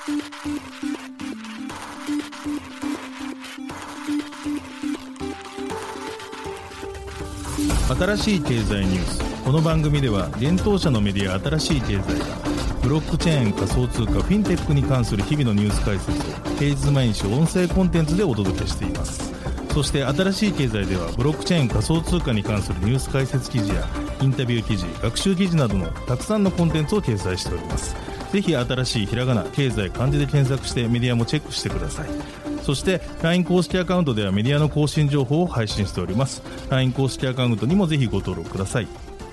新しい経済ニュース。この番組では現当社のメディア新しい経済がブロックチェーン、仮想通貨、フィンテックに関する日々のニュース解説を平日毎日音声コンテンツでお届けしています。そして新しい経済ではブロックチェーン、仮想通貨に関するニュース解説記事やインタビュー記事、学習記事などのたくさんのコンテンツを掲載しております。ぜひ新しいひらがな、経済、漢字で検索してメディアもチェックしてください。そして LINE 公式アカウントではメディアの更新情報を配信しております。 LINE 公式アカウントにもぜひご登録ください。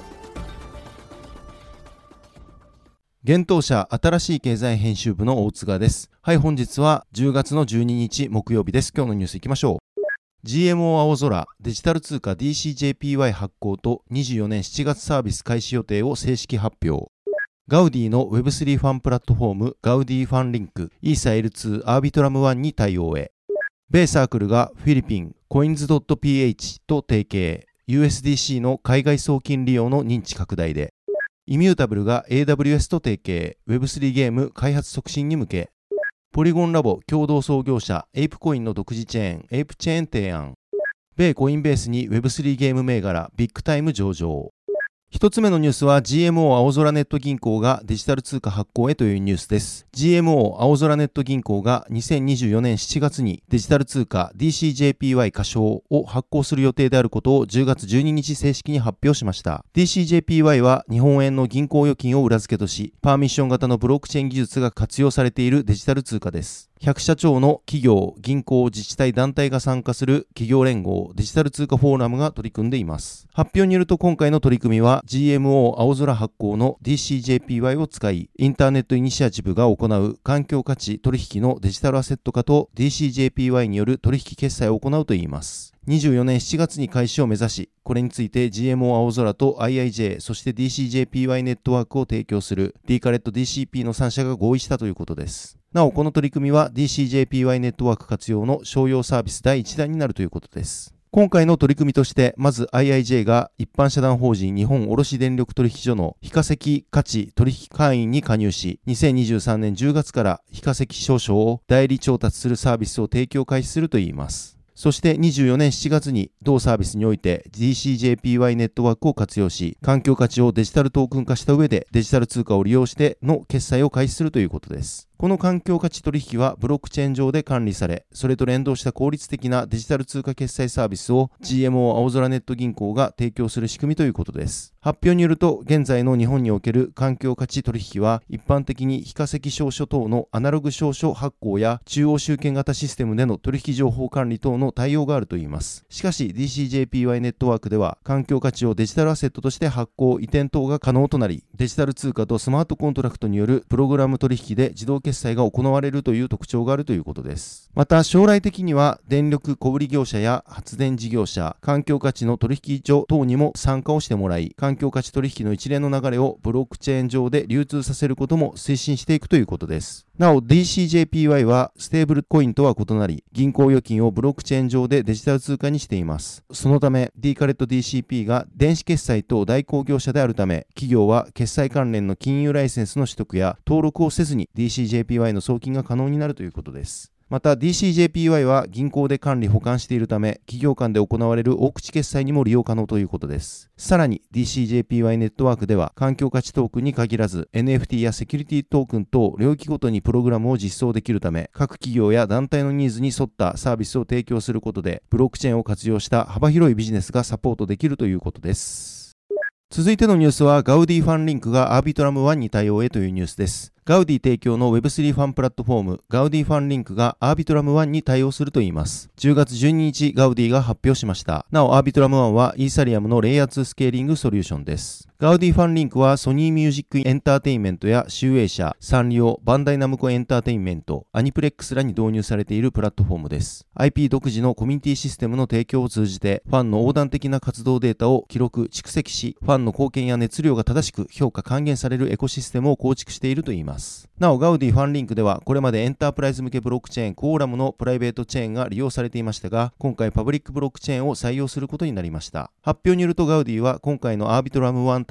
現当社新しい経済編集部の大塚です。はい、本日は10月の12日木曜日です。今日のニュースいきましょう。 GMO 青空デジタル通貨 DCJPY 発行と24年7月サービス開始予定を正式発表。ガウディの Web3 ファンプラットフォームガウディファンリンクイーサ L2 アービトラム1に対応へ。米サークルがフィリピン Coins.ph と提携。 USDC の海外送金利用の認知拡大で。イミュータブルが AWS と提携。 Web3 ゲーム開発促進に向け。ポリゴンラボ共同創業者エイプコインの独自チェーンエイプチェーン提案。米コインベースに Web3 ゲーム銘柄ビッグタイム上場。一つ目のニュースは GMO 青空ネット銀行がデジタル通貨発行へというニュースです。 GMO 青空ネット銀行が2024年7月にデジタル通貨 DCJPY 仮称を発行する予定であることを10月12日正式に発表しました。 DCJPY は日本円の銀行預金を裏付けとし、パーミッション型のブロックチェーン技術が活用されているデジタル通貨です。100社超の企業、銀行、自治体、団体が参加する企業連合デジタル通貨フォーラムが取り組んでいます。発表によると今回の取り組みは GMO 青空発行の DCJPY を使い、インターネットイニシアチブが行う環境価値取引のデジタルアセット化と DCJPY による取引決済を行うといいます。24年7月に開始を目指し、これについて GMO 青空と IIJ、そして DCJPY ネットワークを提供する D カレット DCP の3社が合意したということです。なお、この取り組みは DCJPY ネットワーク活用の商用サービス第1弾になるということです。今回の取り組みとして、まず IIJ が一般社団法人日本卸電力取引所の非化石価値取引会員に加入し、2023年10月から非化石証書を代理調達するサービスを提供開始するといいます。そして24年7月に同サービスにおいて DCJPY ネットワークを活用し、環境価値をデジタルトークン化した上でデジタル通貨を利用しての決済を開始するということです。この環境価値取引はブロックチェーン上で管理され、それと連動した効率的なデジタル通貨決済サービスを GMO 青空ネット銀行が提供する仕組みということです。発表によると、現在の日本における環境価値取引は一般的に非化石証書等のアナログ証書発行や中央集権型システムでの取引情報管理等の対応があるといいます。しかし DCJPY ネットワークでは環境価値をデジタルアセットとして発行・移転等が可能となり、デジタル通貨とスマートコントラクトによるプログラム取引で自動決済が行われるという特徴があるということです。また将来的には電力小売業者や発電事業者、環境価値の取引所等にも参加をしてもらい、環境価値取引の一連の流れをブロックチェーン上で流通させることも推進していくということです。なお DCJPY はステーブルコインとは異なり、銀行預金をブロックチェーン上でデジタル通貨にしています。そのため D カレット DCP が電子決済等代行業者であるため、企業は決済関連の金融ライセンスの取得や登録をせずに DCJPY の送金が可能になるということです。また DCJPY は銀行で管理保管しているため、企業間で行われる大口決済にも利用可能ということです。さらに DCJPY ネットワークでは環境価値トークンに限らず NFT やセキュリティトークン等領域ごとにプログラムを実装できるため、各企業や団体のニーズに沿ったサービスを提供することで、ブロックチェーンを活用した幅広いビジネスがサポートできるということです。続いてのニュースはガウディファンリンクがアービトラム1に対応へというニュースです。ガウディ提供の Web3 ファンプラットフォームガウディファンリンクがアービトラム1に対応するといいます。10月12日ガウディが発表しました。なおアービトラム1はイーサリアムのレイヤー2スケーリングソリューションです。ガウディファンリンクはソニーミュージックエンターテインメントや集英社、サンリオ、バンダイナムコエンターテインメント、アニプレックスらに導入されているプラットフォームです。IP 独自のコミュニティシステムの提供を通じてファンの横断的な活動データを記録・蓄積し、ファンの貢献や熱量が正しく評価・還元されるエコシステムを構築しているといいます。なおガウディファンリンクではこれまでエンタープライズ向けブロックチェーンコーラムのプライベートチェーンが利用されていましたが、今回パブリックブロックチェーンを採用することになりました。発表によるとガウディは今回のアービトラム1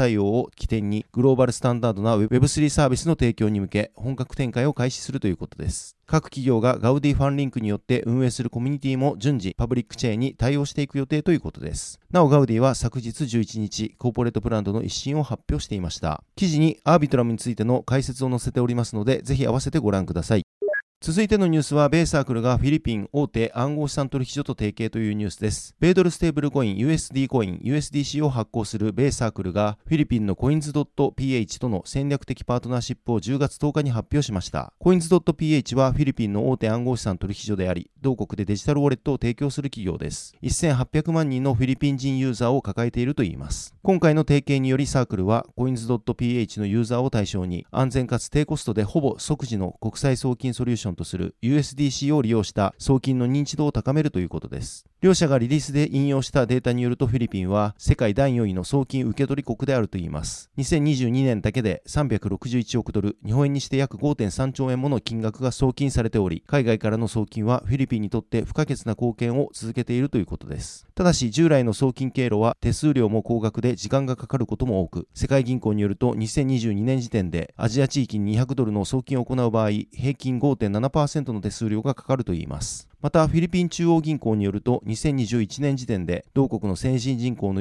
対応を起点にグローバルスタンダードな Web3 サービスの提供に向け本格展開を開始するということです。各企業がガウディファンリンクによって運営するコミュニティも順次パブリックチェーンに対応していく予定ということです。なおガウディは昨日11日コーポレートブランドの一新を発表していました。記事にアービトラムについての解説を載せておりますのでぜひ合わせてご覧ください。続いてのニュースは、米サークルがフィリピン大手暗号資産取引所と提携というニュースです。米ドルステーブルコイン USD コイン USDC を発行する米サークルがフィリピンのコインズ .ph との戦略的パートナーシップを10月10日に発表しました。コインズ .ph はフィリピンの大手暗号資産取引所であり、同国でデジタルウォレットを提供する企業です。1800万人のフィリピン人ユーザーを抱えているといいます。今回の提携によりサークルはコインズ .ph のユーザーを対象に安全かつ低コストでほぼ即時の国際送金ソリューションとする USDC を利用した送金の認知度を高めるということです。両社がリリースで引用したデータによるとフィリピンは世界第4位の送金受取国であるといいます。2022年だけで361億ドル、日本円にして約 5.3 兆円もの金額が送金されており、海外からの送金はフィリピンにとって不可欠な貢献を続けているということです。ただし従来の送金経路は手数料も高額で時間がかかることも多く、世界銀行によると2022年時点でアジア地域に200ドルの送金を行う場合、平均 5.7% の手数料がかかるといいます。またフィリピン中央銀行によると2021年時点で同国の先進人口の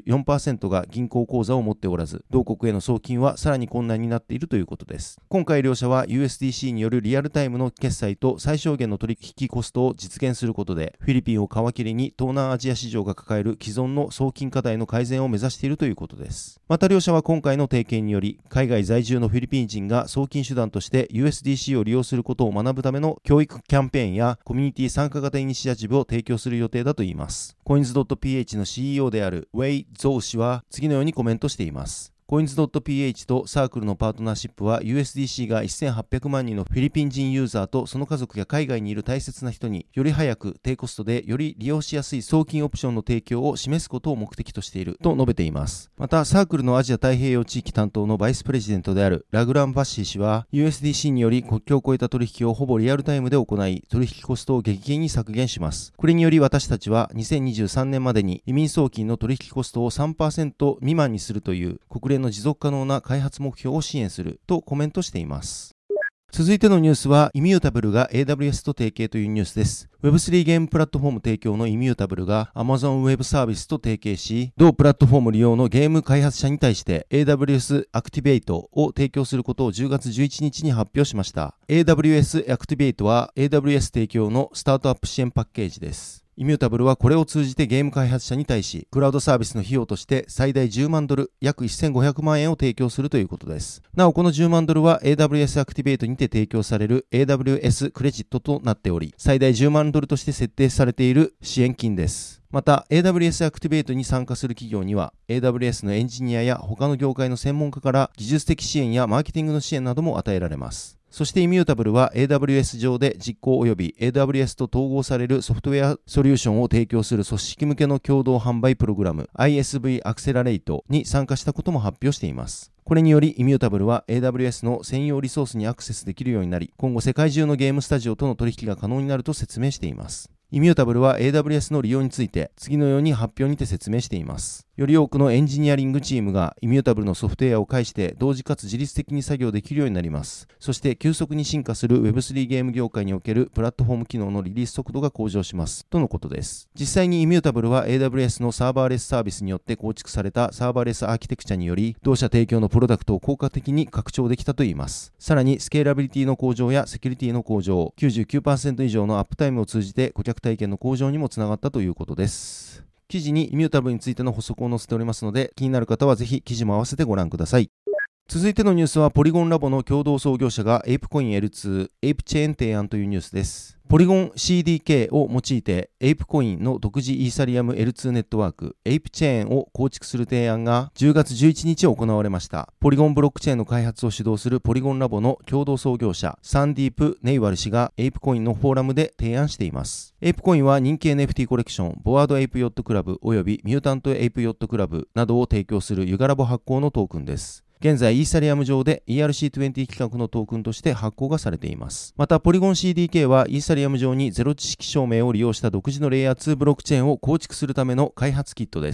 44% が銀行口座を持っておらず、同国への送金はさらに困難になっているということです。今回両社は USDC によるリアルタイムの決済と最小限の取引コストを実現することで、フィリピンを皮切りに東南アジア市場が抱える既存の送金課題の改善を目指しているということです。また両社は今回の提携により、海外在住のフィリピン人が送金手段として USDC を利用することを学ぶための教育キャンペーンやコミュニティ参加型イニシアチブを提供する予定だといいます。コインズ .ph の CEO であるウェイ・ゾウ氏は次のようにコメントしています。コインズ .ph とサークルのパートナーシップは USDC が1800万人のフィリピン人ユーザーとその家族や海外にいる大切な人により早く低コストでより利用しやすい送金オプションの提供を示すことを目的としていると述べています。またサークルのアジア太平洋地域担当のバイスプレジデントであるラグラン・バッシー氏は USDC により国境を越えた取引をほぼリアルタイムで行い、取引コストを激減に削減します。これにより私たちは2023年までに移民送金の取引コストを 3% 未満にするという国連の持続可能な開発目標を支援するとコメントしています。続いてのニュースは、イミュータブルが AWS と提携というニュースです。Web3 ゲームプラットフォーム提供のイミュータブルが Amazon Web サービスと提携し、同プラットフォーム利用のゲーム開発者に対して AWS Activate を提供することを10月11日に発表しました。AWS Activate は AWS 提供のスタートアップ支援パッケージです。イミュータブルはこれを通じてゲーム開発者に対し、クラウドサービスの費用として最大10万ドル、約1500万円を提供するということです。なお、この10万ドルは AWS Activate にて提供される AWS クレジットとなっており、最大10万ドルとして設定されている支援金です。また AWS Activate に参加する企業には AWS のエンジニアや他の業界の専門家から技術的支援やマーケティングの支援なども与えられます。そしてイミュータブルは AWS 上で実行及び AWS と統合されるソフトウェアソリューションを提供する組織向けの共同販売プログラム ISV アクセラレイトに参加したことも発表しています。これによりイミュータブルは AWS の専用リソースにアクセスできるようになり、今後世界中のゲームスタジオとの取引が可能になると説明しています。イミュータブルは AWS の利用について次のように発表にて説明しています。より多くのエンジニアリングチームがイミュータブルのソフトウェアを介して同時かつ自律的に作業できるようになります。そして急速に進化する Web3 ゲーム業界におけるプラットフォーム機能のリリース速度が向上しますとのことです。実際にイミュータブルは AWS のサーバーレスサービスによって構築されたサーバーレスアーキテクチャにより同社提供のプロダクトを効果的に拡張できたといいます。さらにスケーラビリティの向上やセキュリティの向上、99% 以上のアップタイムを通じて顧客体験の向上にもつながったということです。記事にイミュータブルについての補足を載せておりますので、気になる方はぜひ記事も合わせてご覧ください。続いてのニュースはポリゴンラボの共同創業者がエイプコイン L2、エイプチェーン提案というニュースです。ポリゴン CDK を用いてエイプコインの独自イーサリアム L2 ネットワークエイプチェーンを構築する提案が10月11日行われました。ポリゴンブロックチェーンの開発を主導するポリゴンラボの共同創業者サンディープ・ネイワル氏がエイプコインのフォーラムで提案しています。エイプコインは人気 NFT コレクションボワードエイプヨットクラブおよびミュータントエイプヨットクラブなどを提供するユガラボ発行のトークンです。現在イーサリアム上で ERC20 規格のトークンとして発行がされています。またポリゴン CDK はイーサリアム上にゼロ知識証明を利用した独自のレイヤー2ブロックチェーンを構築するための開発キットです。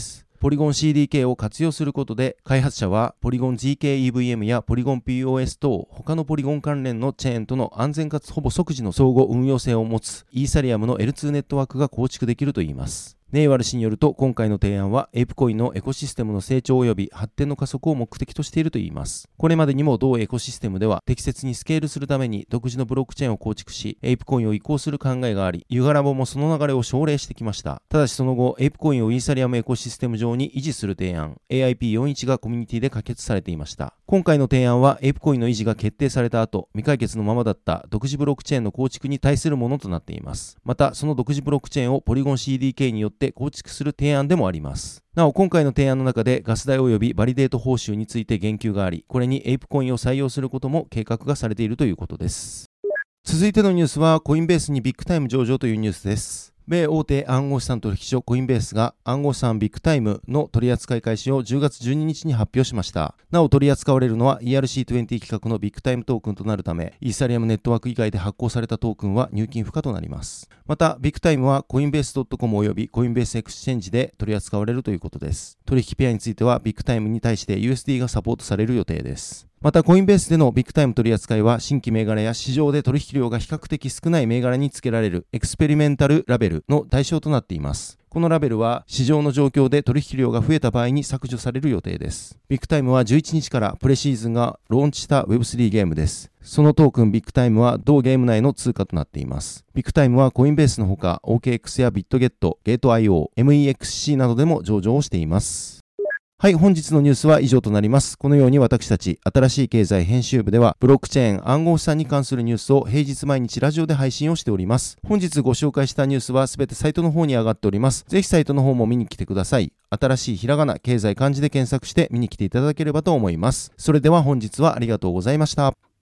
ポリゴン CDK を活用することで、開発者はポリゴン GKEVM やポリゴン POS 等他のポリゴン関連のチェーンとの安全かつほぼ即時の相互運用性を持つイーサリアムの L2 ネットワークが構築できるといいます。ネイワル氏によると、今回の提案はエイプコインのエコシステムの成長及び発展の加速を目的としているといいます。これまでにも同エコシステムでは適切にスケールするために独自のブロックチェーンを構築し、エイプコインを移行する考えがあり、ユガラボもその流れを奨励してきました。ただしその後、エイプコインをイーサリアムエコシステム上に維持する提案、AIP41 がコミュニティで可決されていました。今回の提案はエイプコインの維持が決定された後、未解決のままだった独自ブロックチェーンの構築に対するものとなっています。また、その独自ブロックチェーンをポリゴン CDK によって構築する提案でもあります。なお、今回の提案の中でガス代及びバリデート報酬について言及があり、これにエイプコインを採用することも計画がされているということです。続いてのニュースは、コインベースにビッグタイム上場というニュースです。米大手暗号資産取引所コインベースが暗号資産ビッグタイムの取扱い開始を10月12日に発表しました。なお取り扱われるのは ERC20 規格のビッグタイムトークンとなるため、イーサリアムネットワーク以外で発行されたトークンは入金不可となります。また、ビッグタイムはコインベース .com およびコインベースエクスチェンジで取り扱われるということです。取引ペアについてはビッグタイムに対して USD がサポートされる予定です。またコインベースでのビッグタイム取り扱いは新規銘柄や市場で取引量が比較的少ない銘柄につけられるエクスペリメンタルラベルの対象となっています。このラベルは市場の状況で取引量が増えた場合に削除される予定です。ビッグタイムは11日からプレシーズンがローンチした Web3 ゲームです。そのトークンビッグタイムは同ゲーム内の通貨となっています。ビッグタイムはコインベースのほか OKX やビットゲット、ゲート IO、MEXC などでも上場をしています。はい、本日のニュースは以上となります。このように私たち、新しい経済編集部では、ブロックチェーン、暗号資産に関するニュースを平日毎日ラジオで配信をしております。本日ご紹介したニュースはすべてサイトの方に上がっております。ぜひサイトの方も見に来てください。新しいひらがな、経済漢字で検索して見に来ていただければと思います。それでは本日はありがとうございました。